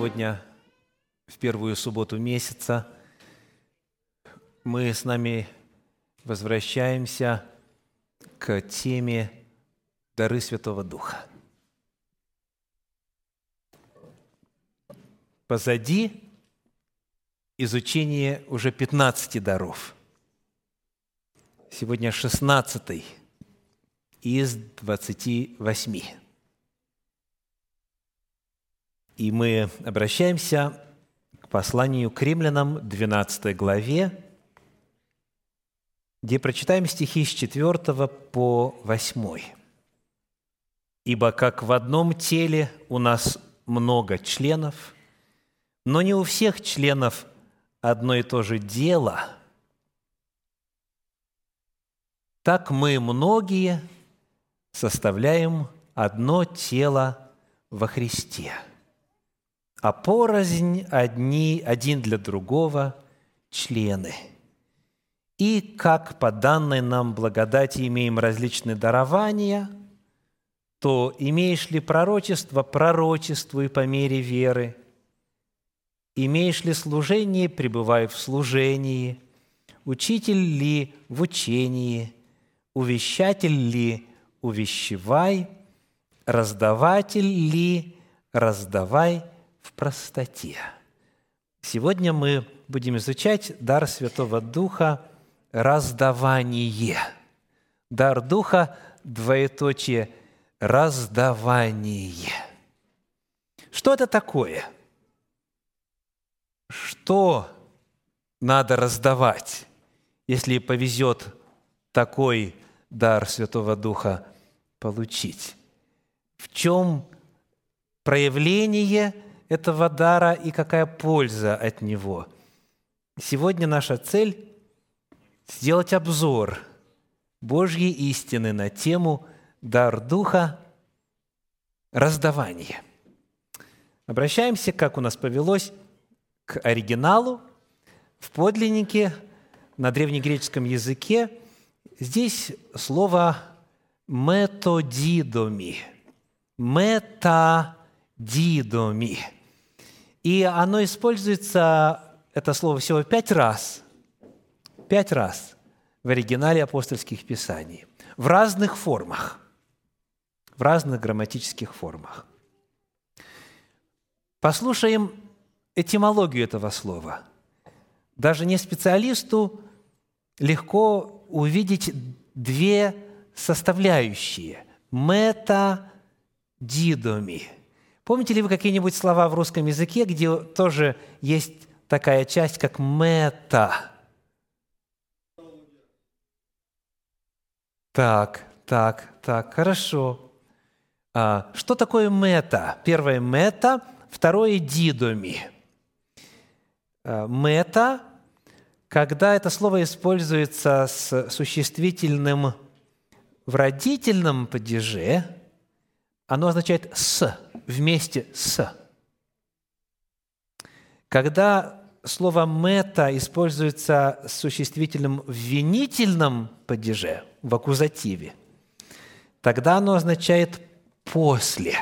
Сегодня, в первую субботу месяца, мы с нами возвращаемся к теме «Дары Святого Духа». Позади изучение уже 15 даров. Сегодня 16 из 28. И мы обращаемся к посланию к Римлянам, 12 главе, где прочитаем стихи с 4 по 8. «Ибо как в одном теле у нас много членов, но не у всех членов одно и то же дело, так мы многие составляем одно тело во Христе, а порознь один для другого члены. И как по данной нам благодати имеем различные дарования, то имеешь ли пророчество, пророчествуй по мере веры, имеешь ли служение, пребывай в служении, учитель ли в учении, увещатель ли увещевай, раздаватель ли раздавай в простоте». Сегодня мы будем изучать дар Святого Духа – раздавание. Дар Духа, двоеточие, раздавание. Что это такое? Что надо раздавать, если повезет такой дар Святого Духа получить? В чем проявление этого дара и какая польза от него? Сегодня наша цель – сделать обзор Божьей истины на тему «Дар Духа. Раздавание». Обращаемся, как у нас повелось, к оригиналу. В подлиннике на древнегреческом языке здесь слово «методидоми». «Метадидоми». И оно используется, это слово, всего 5 раз. 5 раз в оригинале апостольских писаний. В разных формах. В разных грамматических формах. Послушаем этимологию этого слова. Даже не специалисту легко увидеть 2 составляющие. «Метадидоми». Помните ли вы какие-нибудь слова в русском языке, где тоже есть такая часть, как «мета»? Так, хорошо. Что такое «мета»? Первое – «мета», второе – «дидоми». «Мета», когда это слово используется с существительным в родительном падеже, оно означает «с», вместе с. Когда слово «мета» используется с существительным в винительном падеже, в аккузативе, тогда оно означает «после».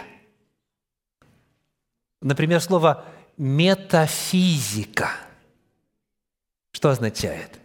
Например, слово «метафизика». Что означает?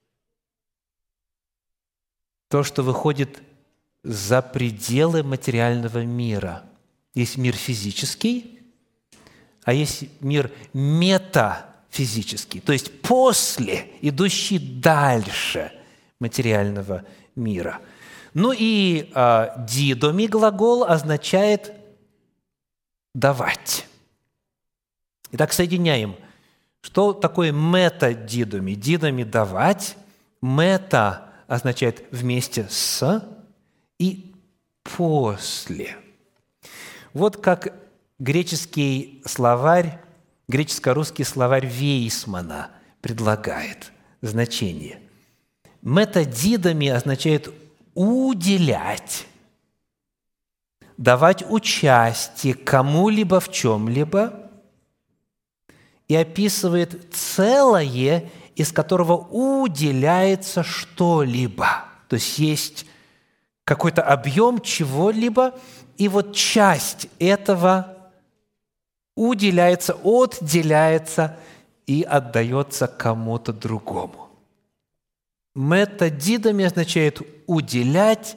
То, что выходит за пределы материального мира. Есть мир физический, а есть мир метафизический, то есть после, идущий дальше материального мира. Ну и «дидоми» глагол означает «давать». Итак, соединяем. Что такое метадидоми? Дидоми – давать, мета означает вместе с и после. Вот как греческий словарь, греческо-русский словарь Вейсмана предлагает значение. Метадидоми означает уделять, давать участие кому-либо в чем-либо, и описывает целое, из которого уделяется что-либо. То есть есть какой-то объем чего-либо, и вот часть этого уделяется, отделяется и отдается кому-то другому. Метадидами означает уделять,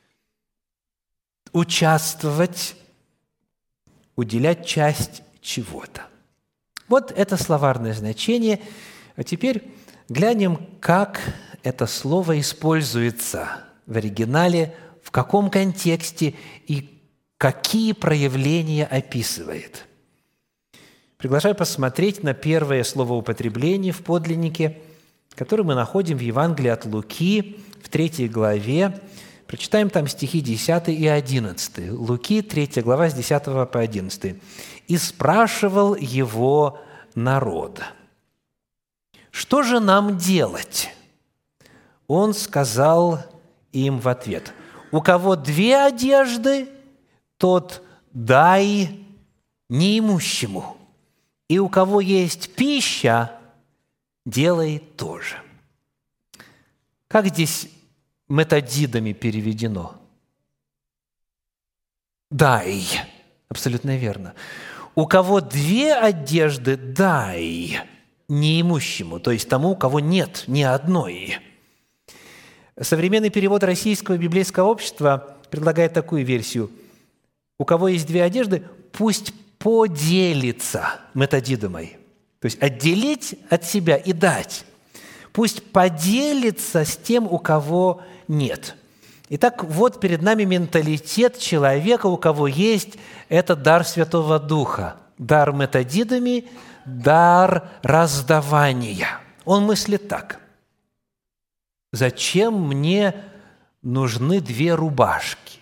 участвовать, уделять часть чего-то. Вот это словарное значение. А теперь глянем, как это слово используется в оригинале, в каком контексте и какие проявления описывает. Приглашаю посмотреть на первое словоупотребление в подлиннике, которое мы находим в Евангелии от Луки в 3 главе. Прочитаем там стихи 10 и 11. Луки, 3 глава, с 10 по 11. «И спрашивал его народ: что же нам делать? Он сказал им в ответ: у кого 2 одежды, тот дай неимущему, и у кого есть пища, делай то же». Как здесь метадидами переведено? «Дай». Абсолютно верно. «У кого 2 одежды, дай неимущему», то есть тому, у кого нет ни одной. Современный перевод Российского библейского общества предлагает такую версию: у кого есть 2 одежды, пусть поделится метадидомой. То есть отделить от себя и дать. Пусть поделится с тем, у кого нет. Итак, вот перед нами менталитет человека, у кого есть этот дар Святого Духа. Дар метадидами, дар раздавания. Он мыслит так: зачем мне нужны 2 рубашки?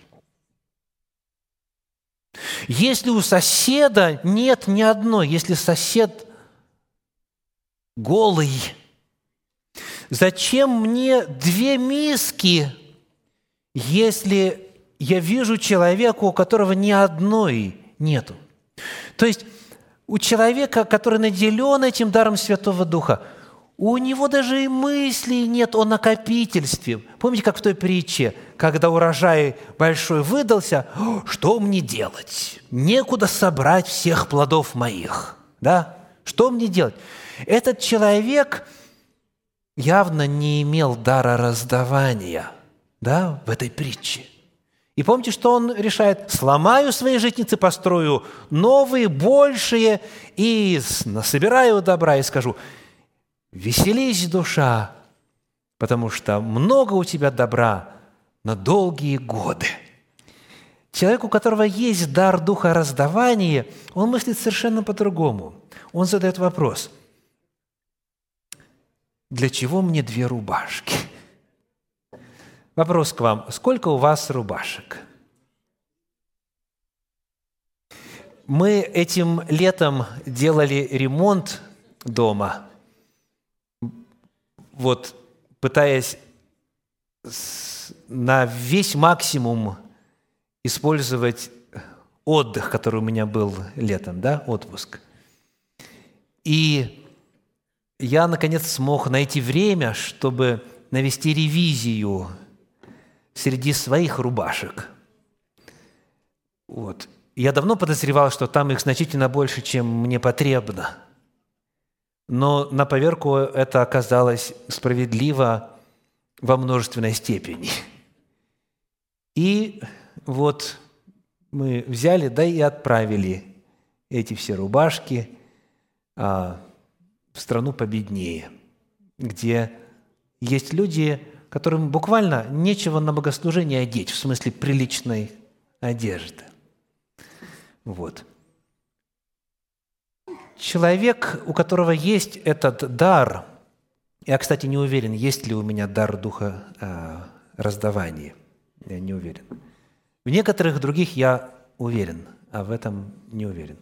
Если у соседа нет ни одной, если сосед голый, зачем мне 2 миски, если я вижу человека, у которого ни одной нету? То есть у человека, который наделен этим даром Святого Духа, у него даже и мыслей нет о накопительстве. Помните, как в той притче, когда урожай большой выдался: что мне делать? Некуда собрать всех плодов моих. Да? Что мне делать? Этот человек явно не имел дара раздавания, да, в этой притче. И помните, что он решает? Сломаю свои житницы, построю новые, большие, и насобираю добра, и скажу: веселись, душа, потому что много у тебя добра на долгие годы. Человек, у которого есть дар духа раздавания, он мыслит совершенно по-другому. Он задает вопрос: для чего мне 2 рубашки? Вопрос к вам: сколько у вас рубашек? Мы этим летом делали ремонт дома, вот пытаясь на весь максимум использовать отдых, который у меня был летом, да, отпуск. И я, наконец, смог найти время, чтобы навести ревизию среди своих рубашек. Вот. Я давно подозревал, что там их значительно больше, чем мне потребно. Но на поверку это оказалось справедливо во множественной степени. И вот мы взяли, да и отправили эти все рубашки в страну победнее, где есть люди, которым буквально нечего на богослужение одеть, в смысле приличной одежды. Вот. Человек, у которого есть этот дар, я, кстати, не уверен, есть ли у меня дар духа раздавания, я не уверен. В некоторых других я уверен, а в этом не уверен.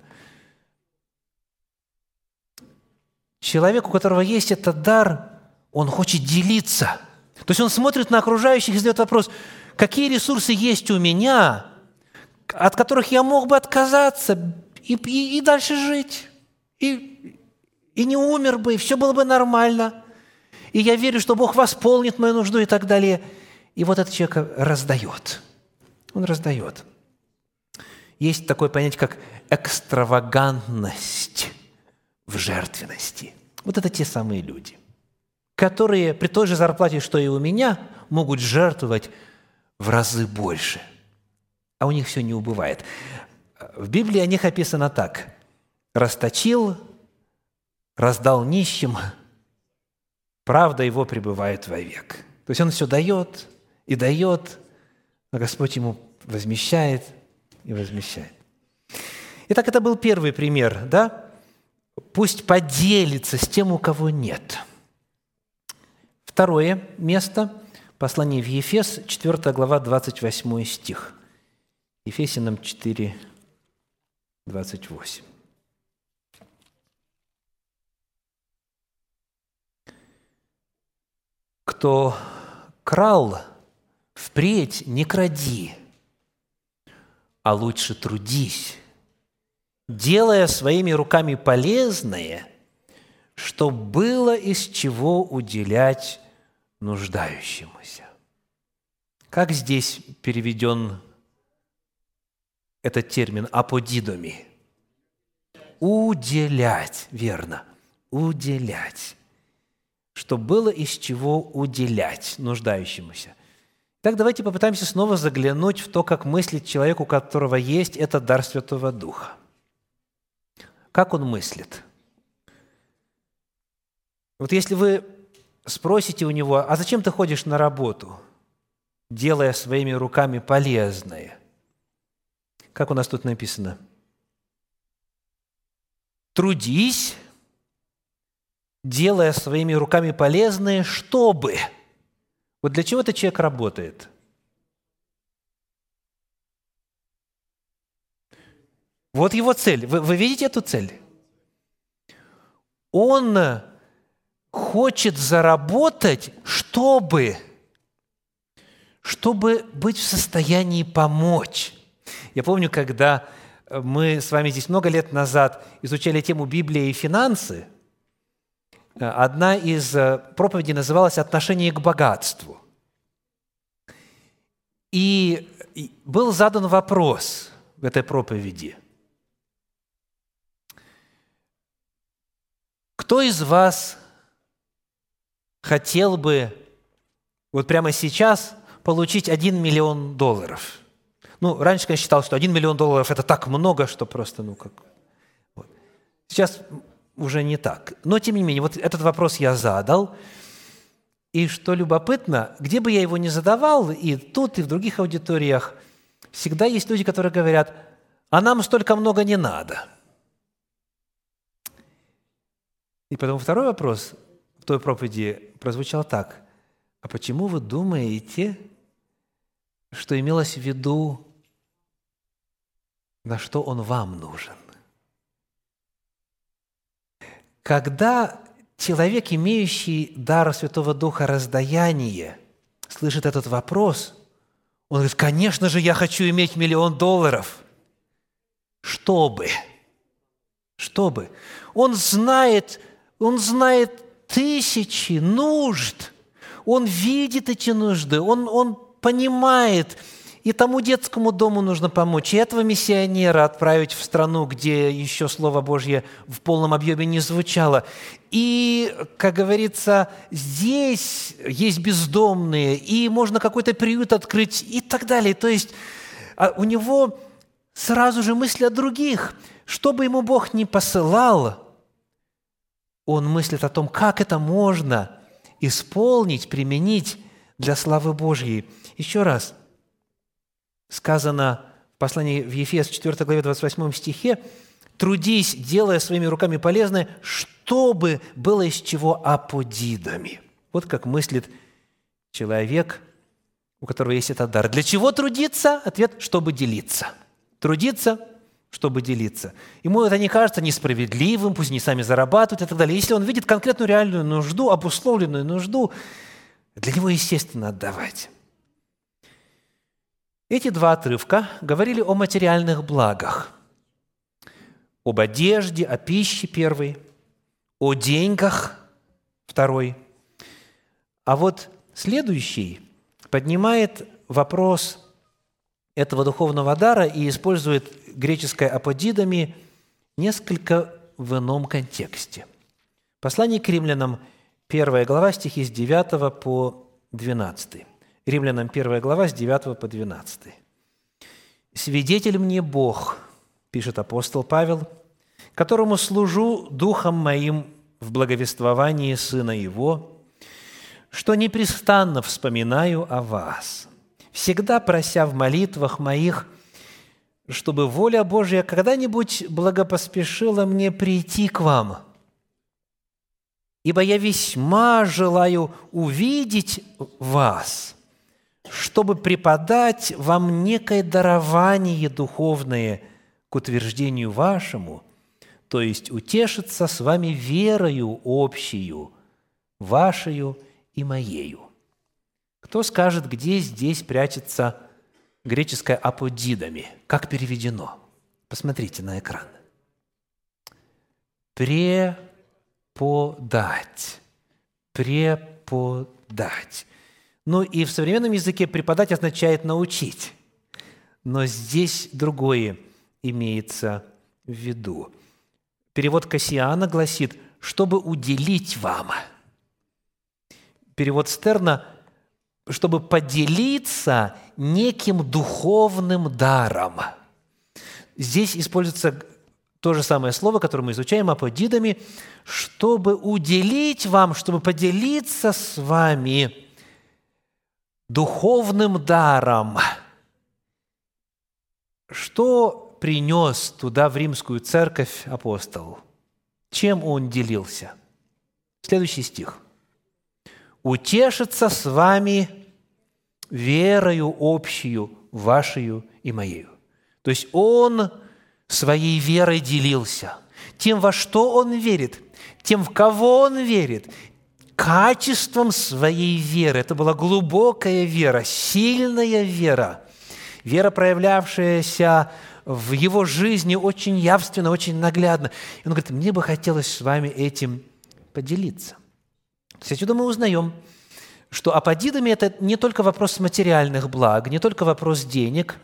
Человек, у которого есть этот дар, он хочет делиться. То есть он смотрит на окружающих и задает вопрос: какие ресурсы есть у меня, от которых я мог бы отказаться и дальше жить, и не умер бы, и все было бы нормально, и я верю, что Бог восполнит мою нужду и так далее. И вот этот человек раздает. Он раздает. есть такое понятие, как экстравагантность в жертвенности. Вот это те самые люди, которые при той же зарплате, что и у меня, могут жертвовать в разы больше, а у них все не убывает. В Библии о них описано так: «Расточил, раздал нищим, правда его пребывает вовек». То есть он все дает, а Господь ему возмещает и возмещает. Итак, это был первый пример, да? Пусть поделится с тем, у кого нет. Второе место – послание в Ефес, 4 глава, 28 стих. Ефесянам 4, 28. «Кто крал, впредь не кради, а лучше трудись, делая своими руками полезное, чтоб было из чего уделять нуждающемуся». Как здесь переведен этот термин «аподидоми»? Уделять, верно, уделять. Чтоб было из чего уделять нуждающемуся. Так давайте попытаемся снова заглянуть в то, как мыслит человек, у которого есть этот дар Святого Духа. Как он мыслит? Вот если вы спросите у него: «А зачем ты ходишь на работу, делая своими руками полезное?» Как у нас тут написано? «Трудись, делая своими руками полезное, чтобы». Вот для чего этот человек работает? Вот его цель. Вы видите эту цель? Он хочет заработать, чтобы быть в состоянии помочь. Я помню, когда мы с вами здесь много лет назад изучали тему «Библия и финансы», одна из проповедей называлась «Отношение к богатству». И был задан вопрос в этой проповеди: кто из вас хотел бы вот прямо сейчас получить $1 миллион? Раньше, конечно, считал, что $1 миллион – это так много, что просто, Вот. Сейчас уже не так. Но, тем не менее, вот этот вопрос я задал. И что любопытно, где бы я его ни задавал, и тут, и в других аудиториях, всегда есть люди, которые говорят: «А нам столько много не надо». И потом второй вопрос в той проповеди прозвучал так: «А почему вы думаете, что имелось в виду, на что он вам нужен?» Когда человек, имеющий дар Святого Духа раздаяния, слышит этот вопрос, он говорит: «Конечно же, я хочу иметь $1 миллион. Чтобы». Он знает тысячи нужд, он видит эти нужды, он понимает, и тому детскому дому нужно помочь, и этого миссионера отправить в страну, где еще Слово Божье в полном объеме не звучало. И, как говорится, здесь есть бездомные, и можно какой-то приют открыть, и так далее. То есть у него сразу же мысли о других. Что бы ему Бог ни посылал, он мыслит о том, как это можно исполнить, применить для славы Божьей. Еще раз, сказано в послании в Ефес 4 главе 28 стихе: «Трудись, делая своими руками полезное, чтобы было из чего аподидами». Вот как мыслит человек, у которого есть этот дар. Для чего трудиться? Ответ – чтобы делиться. Трудиться, чтобы делиться. Ему это не кажется несправедливым, пусть они сами зарабатывают и так далее. Если он видит конкретную реальную нужду, обусловленную нужду, для него естественно отдавать. Эти два отрывка говорили о материальных благах. Об одежде, о пище – первый, о деньгах – второй. А вот следующий поднимает вопрос этого духовного дара и использует греческое «аподидами» несколько в ином контексте. Послание к римлянам, 1 глава, стихи с 9 по 12. Римлянам 1 глава, с 9 по 12. «Свидетель мне Бог, – пишет апостол Павел, – которому служу духом моим в благовествовании Сына Его, что непрестанно вспоминаю о вас, всегда прося в молитвах моих, чтобы воля Божья когда-нибудь благопоспешила мне прийти к вам. Ибо я весьма желаю увидеть вас, чтобы преподать вам некое дарование духовное к утверждению вашему, то есть утешиться с вами верою общею, вашею и моею». Кто скажет, где здесь прячется греческое «аподидами»? Как переведено? Посмотрите на экран. Преподать. Преподать. Ну и в современном языке преподать означает научить. Но здесь другое имеется в виду. Перевод Кассиана гласит «чтобы уделить вам». Перевод Стерна – чтобы поделиться неким духовным даром. Здесь используется то же самое слово, которое мы изучаем, аподидами, чтобы уделить вам, чтобы поделиться с вами духовным даром. Что принес туда, в римскую церковь, апостол? Чем он делился? Следующий стих. «Утешиться с вами верою общую, вашею и моею». То есть он своей верой делился. Тем, во что он верит, тем, в кого он верит, качеством своей веры. Это была глубокая вера, сильная вера. Вера, проявлявшаяся в его жизни очень явственно, очень наглядно. И он говорит, мне бы хотелось с вами этим поделиться. То есть отсюда мы узнаем, что аподидами – это не только вопрос материальных благ, не только вопрос денег,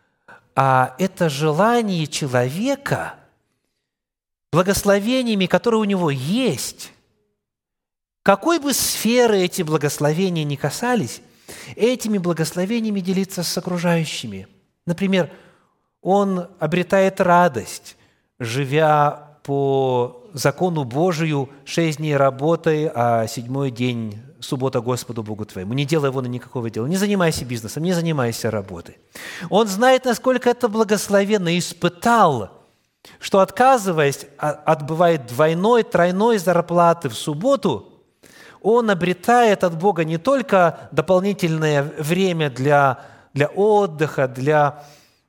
а это желание человека благословениями, которые у него есть, какой бы сферы эти благословения ни касались, этими благословениями делиться с окружающими. Например, он обретает радость, живя по закону Божию 6 дней работай, а 7-й день – суббота Господу Богу твоему. Не делай вон никакого дела, не занимайся бизнесом, не занимайся работой. Он знает, насколько это благословенно, испытал, что, отказываясь, отбывает двойной, тройной зарплаты в субботу, он обретает от Бога не только дополнительное время для отдыха, для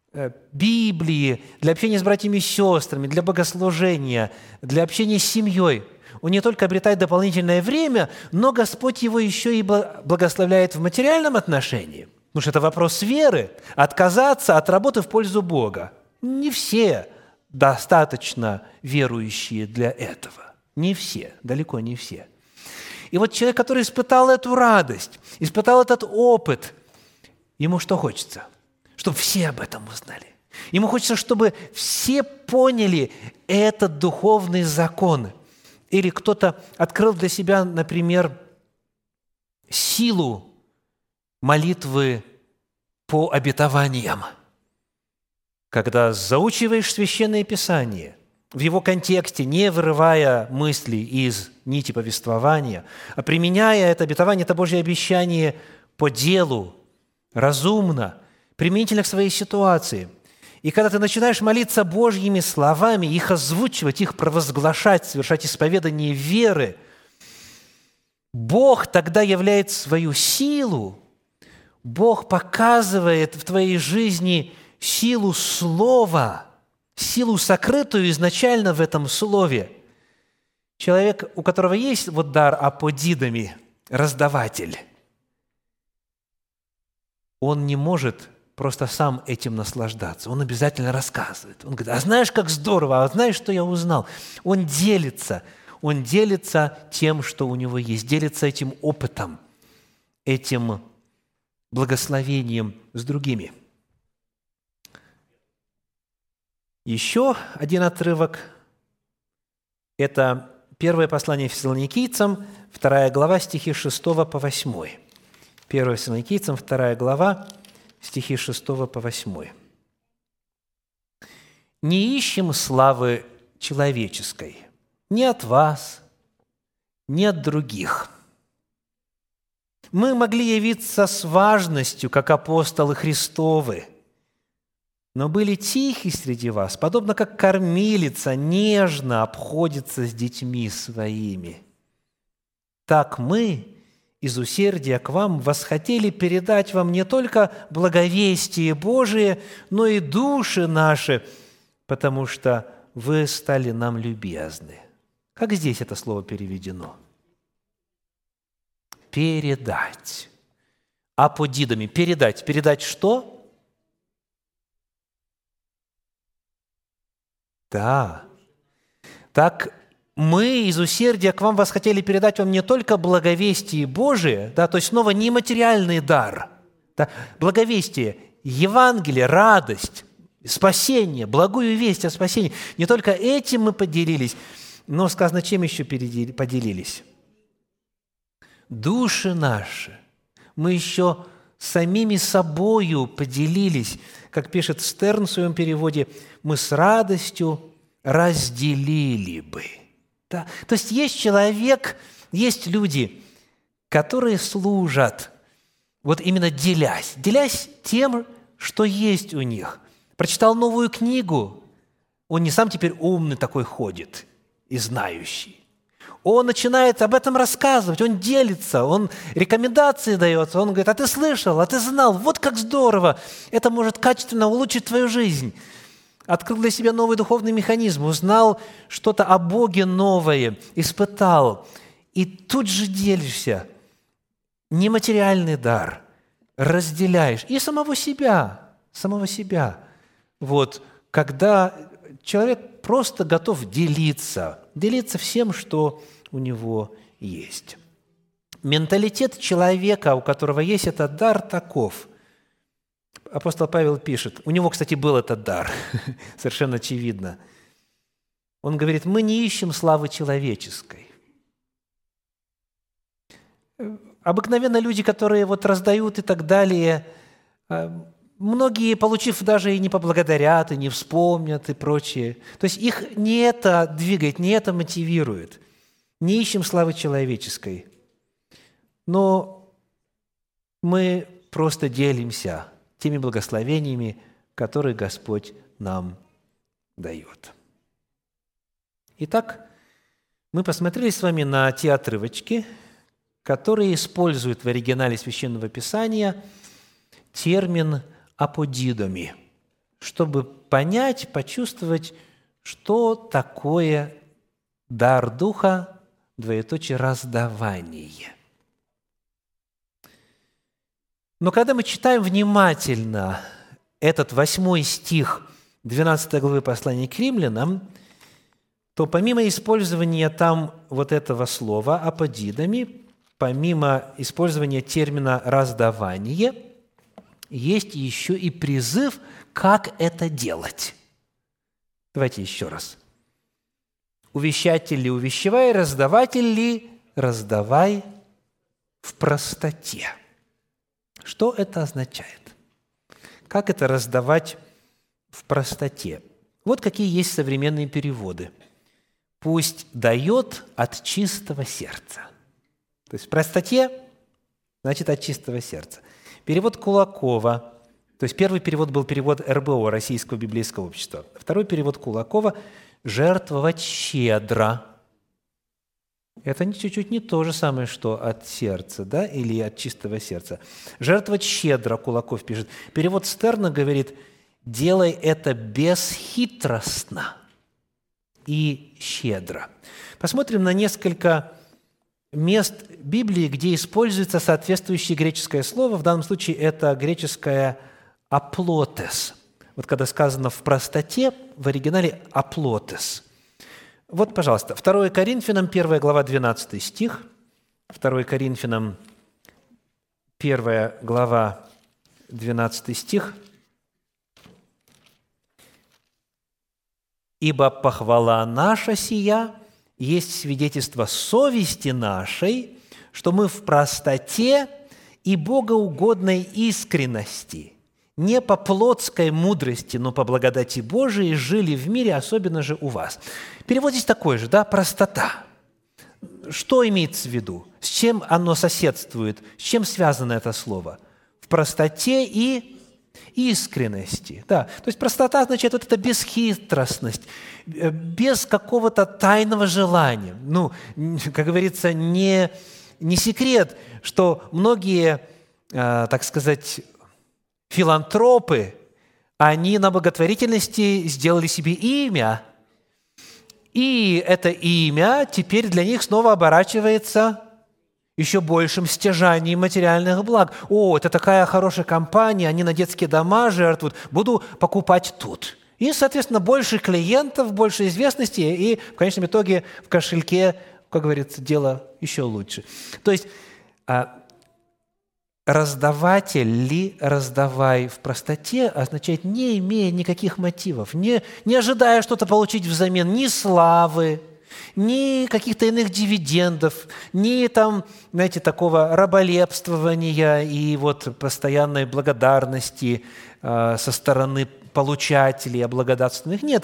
Библии, для общения с братьями и сестрами, для богослужения, для общения с семьей. Он не только обретает дополнительное время, но Господь его еще и благословляет в материальном отношении. Потому что это вопрос веры, отказаться от работы в пользу Бога. Не все достаточно верующие для этого. Не все, далеко не все. И вот человек, который испытал эту радость, испытал этот опыт, ему что хочется? Чтобы все об этом узнали. Ему хочется, чтобы все поняли этот духовный закон. Или кто-то открыл для себя, например, силу молитвы по обетованиям. Когда заучиваешь Священное Писание в его контексте, не вырывая мысли из нити повествования, а применяя это обетование, это Божье обещание по делу, разумно, применительно к своей ситуации. И когда ты начинаешь молиться Божьими словами, их озвучивать, их провозглашать, совершать исповедание веры, Бог тогда являет свою силу, Бог показывает в твоей жизни силу слова, силу, сокрытую изначально в этом слове. Человек, у которого есть вот дар аподидами, раздаватель, он не может просто сам этим наслаждаться. Он обязательно рассказывает. Он говорит, а знаешь, как здорово, а знаешь, что я узнал? Он делится тем, что у него есть, делится этим опытом, этим благословением с другими. Еще один отрывок – это первое послание Фессалоникийцам, 2 глава, стихи 6 по 8. 1 Фессалоникийцам, 2 глава, стихи 6 по 8. «Не ищем славы человеческой, ни от вас, ни от других. Мы могли явиться с важностью, как апостолы Христовы, но были тихи среди вас, подобно как кормилица нежно обходится с детьми своими. Так мы из усердия к вам восхотели передать вам не только благовестие Божие, но и души наши, потому что вы стали нам любезны». Как здесь это слово переведено? Передать. Аподидами. Передать. Передать что? Да. Так мы из усердия к вам восхотели передать вам не только благовестие Божие, да, то есть снова нематериальный дар, да, благовестие, Евангелие, радость, спасение, благую весть о спасении. Не только этим мы поделились, но сказано, чем еще поделились? Души наши. Мы еще самими собою поделились, как пишет Стерн в своем переводе, мы с радостью разделили бы. Да? То есть есть человек, есть люди, которые служат, вот именно делясь тем, что есть у них. Прочитал новую книгу, он не сам теперь умный такой ходит и знающий. Он начинает об этом рассказывать, он делится, он рекомендации дает, он говорит, а ты слышал, а ты знал, вот как здорово, это может качественно улучшить твою жизнь. Открыл для себя новый духовный механизм, узнал что-то о Боге новое, испытал, и тут же делишься. Нематериальный дар разделяешь и самого себя. Вот, когда человек просто готов делиться всем, что у него есть. Менталитет человека, у которого есть этот дар, таков. Апостол Павел пишет, у него, кстати, был этот дар, совершенно очевидно. Он говорит, мы не ищем славы человеческой. Обыкновенно люди, которые вот раздают и так далее, многие, получив, даже и не поблагодарят, и не вспомнят, и прочее. То есть их не это двигает, не это мотивирует. Не ищем славы человеческой. Но мы просто делимся теми благословениями, которые Господь нам дает. Итак, мы посмотрели с вами на те отрывочки, которые используют в оригинале Священного Писания термин «аподидоми», чтобы понять, почувствовать, что такое дар Духа, раздавание. Но когда мы читаем внимательно этот 8 стих 12 главы послания к римлянам, то помимо использования там вот этого слова «аподидоми», помимо использования термина «раздавание», есть еще и призыв, как это делать. Давайте еще раз. Увещатель ли увещевай, раздаватель ли раздавай в простоте. Что это означает? Как это раздавать в простоте? Вот какие есть современные переводы. «Пусть дает от чистого сердца». То есть в простоте, значит, от чистого сердца. Перевод Кулакова, то есть первый перевод был перевод РБО, Российского библейского общества. Второй перевод Кулакова – «жертвовать щедро». Это чуть-чуть не то же самое, что от сердца, да, или от чистого сердца. «Жертвовать щедро», Кулаков пишет. Перевод Стерна говорит «делай это бесхитростно и щедро». Посмотрим на несколько мест Библии, где используется соответствующее греческое слово. В данном случае это греческое «аплотес». Вот когда сказано в простоте, в оригинале «аплотес». Вот, пожалуйста, 2 Коринфянам, 1 глава, 12 стих. 2 Коринфянам, 1 глава, 12 стих. Ибо похвала наша сия есть свидетельство совести нашей, что мы в простоте и богоугодной искренности, не по плотской мудрости, но по благодати Божией жили в мире, особенно же у вас». Перевод здесь такой же, да, простота. Что имеется в виду? С чем оно соседствует? С чем связано это слово? В простоте и искренности. Да. То есть простота означает вот эта бесхитростность, без какого-то тайного желания. Ну, как говорится, не секрет, что многие, так сказать, филантропы, они на благотворительности сделали себе имя, и это имя теперь для них снова оборачивается еще большим стяжанием материальных благ. О, это такая хорошая компания, они на детские дома жертвуют, буду покупать тут. И, соответственно, больше клиентов, больше известности, и в конечном итоге в кошельке, как говорится, дело еще лучше. То есть раздаватель ли раздавай в простоте означает, не имея никаких мотивов, не ожидая что-то получить взамен, ни славы, ни каких-то иных дивидендов, ни там, знаете, такого раболепствования и вот постоянной благодарности со стороны получателей облагодатственных. Нет,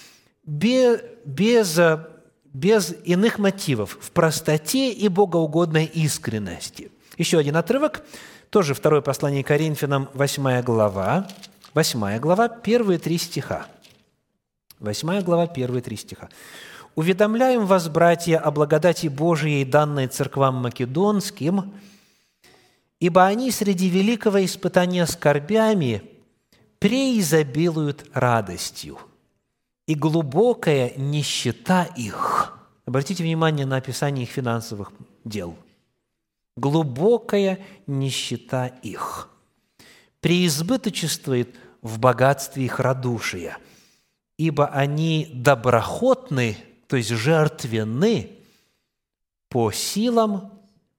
без иных мотивов, в простоте и богоугодной искренности. Еще один отрывок, тоже второе послание к Коринфянам, 8 глава, первые 3 стиха. 8 глава, первые 3 стиха. «Уведомляем вас, братья, о благодати Божией, данной церквам македонским, ибо они среди великого испытания скорбями преизобилуют радостью, и глубокая нищета их». Обратите внимание на описание их финансовых дел. «Глубокая нищета их преизбыточествует в богатстве их радушия, ибо они доброхотны, то есть жертвенны по силам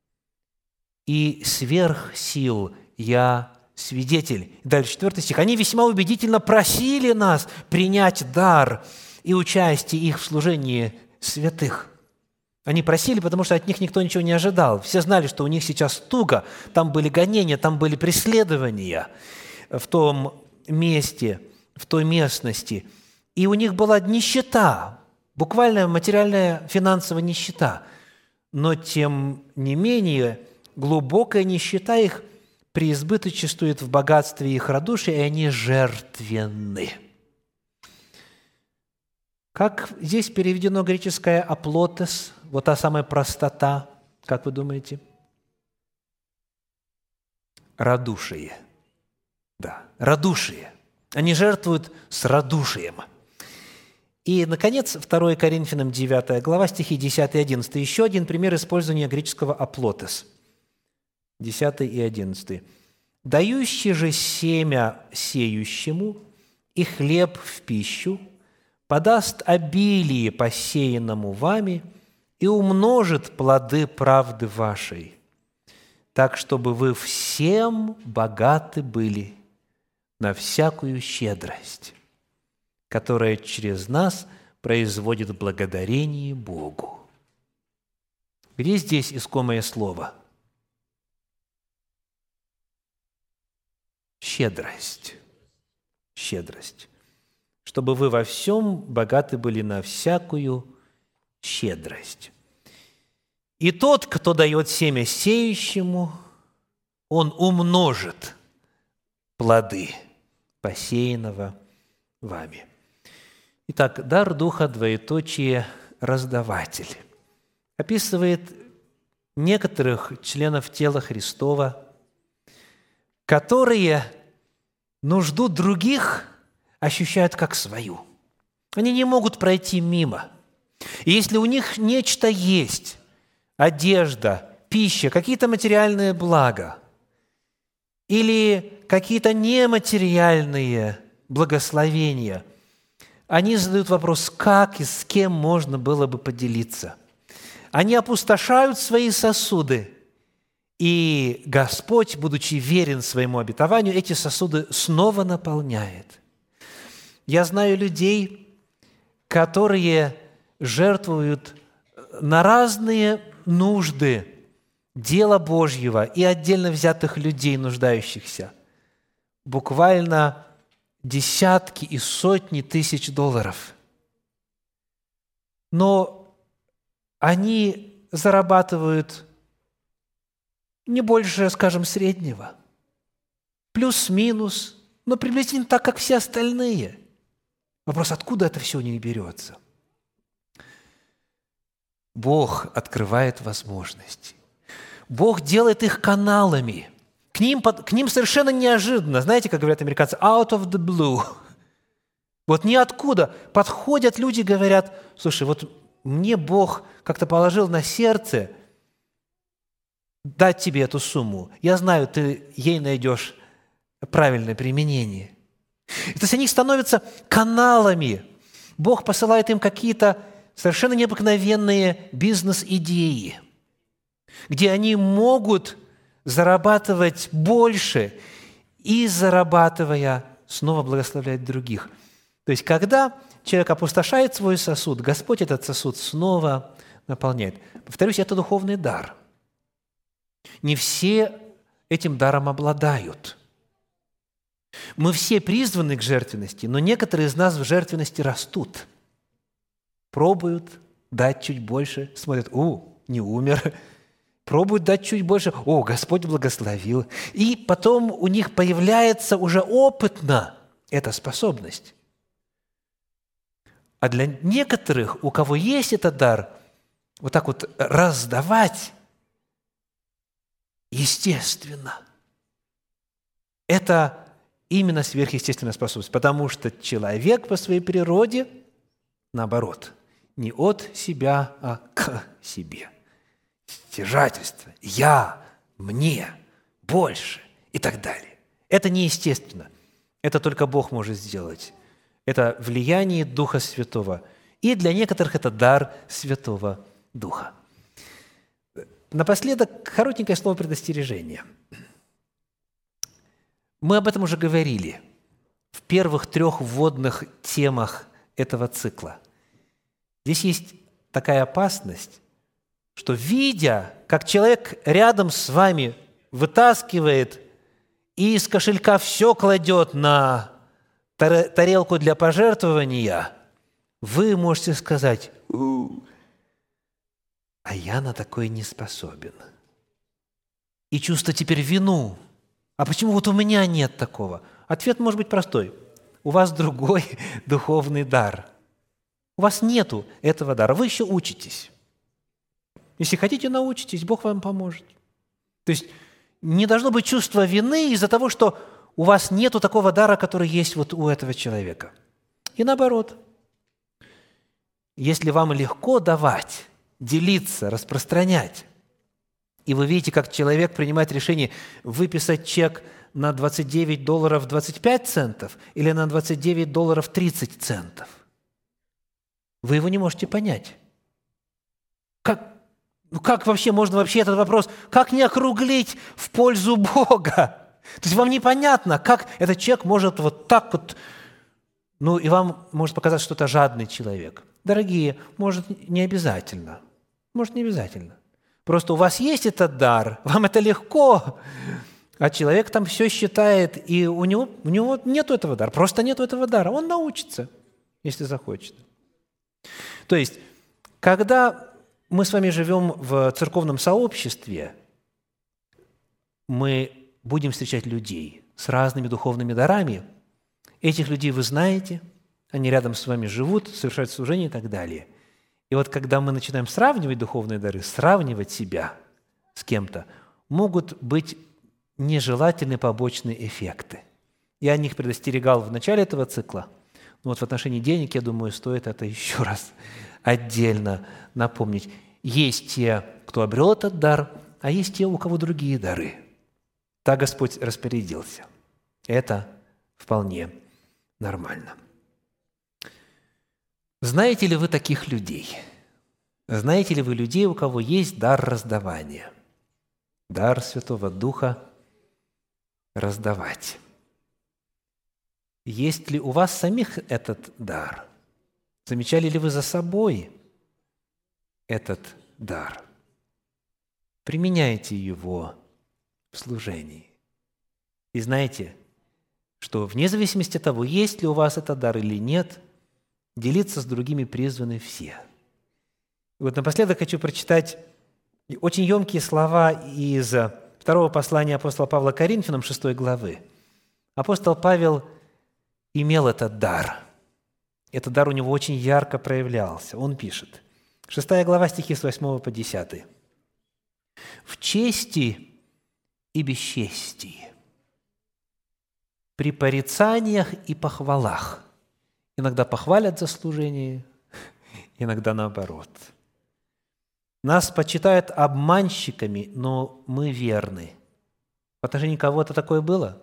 и сверх сил я свидетель». Дальше 4 стих. «Они весьма убедительно просили нас принять дар и участие их в служении святых». Они просили, потому что от них никто ничего не ожидал. Все знали, что у них сейчас туго, там были гонения, там были преследования в том месте, в той местности. И у них была нищета, буквально материальная финансовая нищета. Но, тем не менее, глубокая нищета их преизбыточествует в богатстве их радушия, и они жертвенны. Как здесь переведено греческое «аплотес», вот та самая простота, как вы думаете? Радушие. Да, радушие. Они жертвуют с радушием. И, наконец, 2 Коринфянам 9 глава, стихи 10 и 11. Еще один пример использования греческого «аплотес». 10 и 11. «Дающий же семя сеющему и хлеб в пищу подаст обилие посеянному вами и умножит плоды правды вашей, так, чтобы вы всем богаты были на всякую щедрость, которая через нас производит благодарение Богу». Где здесь искомое слово? Щедрость. Щедрость. Чтобы вы во всем богаты были на всякую щедрость. И тот, кто дает семя сеющему, он умножит плоды посеянного вами. Итак, дар Духа, двоеточие, раздаватель, описывает некоторых членов тела Христова, которые нужду других ощущают как свою. Они не могут пройти мимо. И если у них нечто есть, одежда, пища, какие-то материальные блага или какие-то нематериальные благословения, они задают вопрос, как и с кем можно было бы поделиться. Они опустошают свои сосуды, и Господь, будучи верен своему обетованию, эти сосуды снова наполняет. Я знаю людей, которые жертвуют на разные нужды дела Божьего и отдельно взятых людей, нуждающихся, буквально десятки и сотни тысяч долларов. Но они зарабатывают не больше, скажем, среднего. Плюс-минус, но приблизительно так, как все остальные. Вопрос, откуда это все у них берется? Бог открывает возможности. Бог делает их каналами. К ним совершенно неожиданно, знаете, как говорят американцы, out of the blue. Вот ниоткуда подходят люди, говорят, слушай, вот мне Бог как-то положил на сердце дать тебе эту сумму. Я знаю, ты ей найдешь правильное применение. То есть они становятся каналами. Бог посылает им какие-то совершенно необыкновенные бизнес-идеи, где они могут зарабатывать больше и, зарабатывая, снова благословлять других. То есть, когда человек опустошает свой сосуд, Господь этот сосуд снова наполняет. Повторюсь, это духовный дар. Не все этим даром обладают. Мы все призваны к жертвенности, но некоторые из нас в жертвенности растут. Пробуют дать чуть больше, смотрят, не умер. Пробуют дать чуть больше, Господь благословил. И потом у них появляется уже опытно эта способность. А для некоторых, у кого есть этот дар, вот так вот раздавать, естественно, это именно сверхъестественная способность, потому что человек по своей природе, наоборот, не от себя, а к себе. Стяжательство, я, мне, больше и так далее. Это неестественно. Это только Бог может сделать. Это влияние Духа Святого. И для некоторых это дар Святого Духа. Напоследок, коротенькое слово предостережения. Мы об этом уже говорили в первых 3 вводных темах этого цикла. Здесь есть такая опасность, что, видя, как человек рядом с вами вытаскивает и из кошелька все кладет на тарелку для пожертвования, вы можете сказать, а я на такое не способен. И чувствовать теперь вину. А почему вот у меня нет такого? Ответ может быть простой. У вас другой духовный дар. У вас нету этого дара. Вы еще учитесь. Если хотите, научитесь, Бог вам поможет. То есть не должно быть чувства вины из-за того, что у вас нету такого дара, который есть вот у этого человека. И наоборот. Если вам легко давать, делиться, распространять, и вы видите, как человек принимает решение выписать чек на $29.25 или на $29.30, вы его не можете понять. Как вообще можно вообще этот вопрос, как не округлить в пользу Бога? То есть вам непонятно, как этот человек может вот так вот, и вам может показаться, что это жадный человек. Дорогие, может, не обязательно. Может, не обязательно. Просто у вас есть этот дар, вам это легко, а человек там все считает, и у него нету этого дара, просто нету этого дара. Он научится, если захочет. То есть, когда мы с вами живем в церковном сообществе, мы будем встречать людей с разными духовными дарами. Этих людей вы знаете, они рядом с вами живут, совершают служение и так далее. И вот когда мы начинаем сравнивать духовные дары, сравнивать себя с кем-то, могут быть нежелательные побочные эффекты. Я о них предостерегал в начале этого цикла, но вот в отношении денег, я думаю, стоит это еще раз отдельно напомнить. Есть те, кто обрел этот дар, а есть те, у кого другие дары. Так Господь распорядился. Это вполне нормально. Знаете ли вы таких людей? Знаете ли вы людей, у кого есть дар раздавания? Дар Святого Духа раздавать. Есть ли у вас самих этот дар? Замечали ли вы за собой этот дар? Применяйте его в служении. И знаете, что вне зависимости от того, есть ли у вас этот дар или нет, делиться с другими призваны все. И вот напоследок хочу прочитать очень емкие слова из второго послания апостола Павла Коринфянам, 6 главы. Апостол Павел имел этот дар. Этот дар у него очень ярко проявлялся. Он пишет, 6 глава, стихи с 8 по 10. «В чести и бесчестии, при порицаниях и похвалах». Иногда похвалят за служение, иногда наоборот. «Нас почитают обманщиками, но мы верны». В отношении кого-то такое было?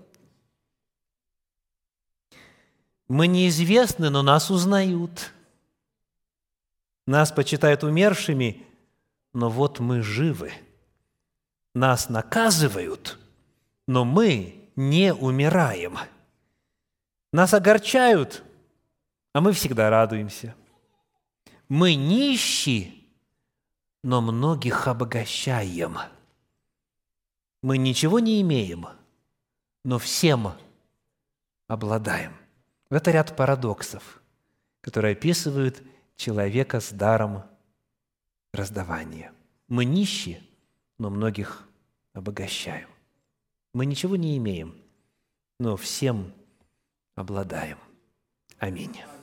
«Мы неизвестны, но нас узнают. Нас почитают умершими, но вот мы живы. Нас наказывают, но мы не умираем. Нас огорчают, а мы всегда радуемся. Мы нищи, но многих обогащаем. Мы ничего не имеем, но всем обладаем». Это ряд парадоксов, которые описывают человека с даром раздавания. Мы нищи, но многих обогащаем. Мы ничего не имеем, но всем обладаем. Аминь.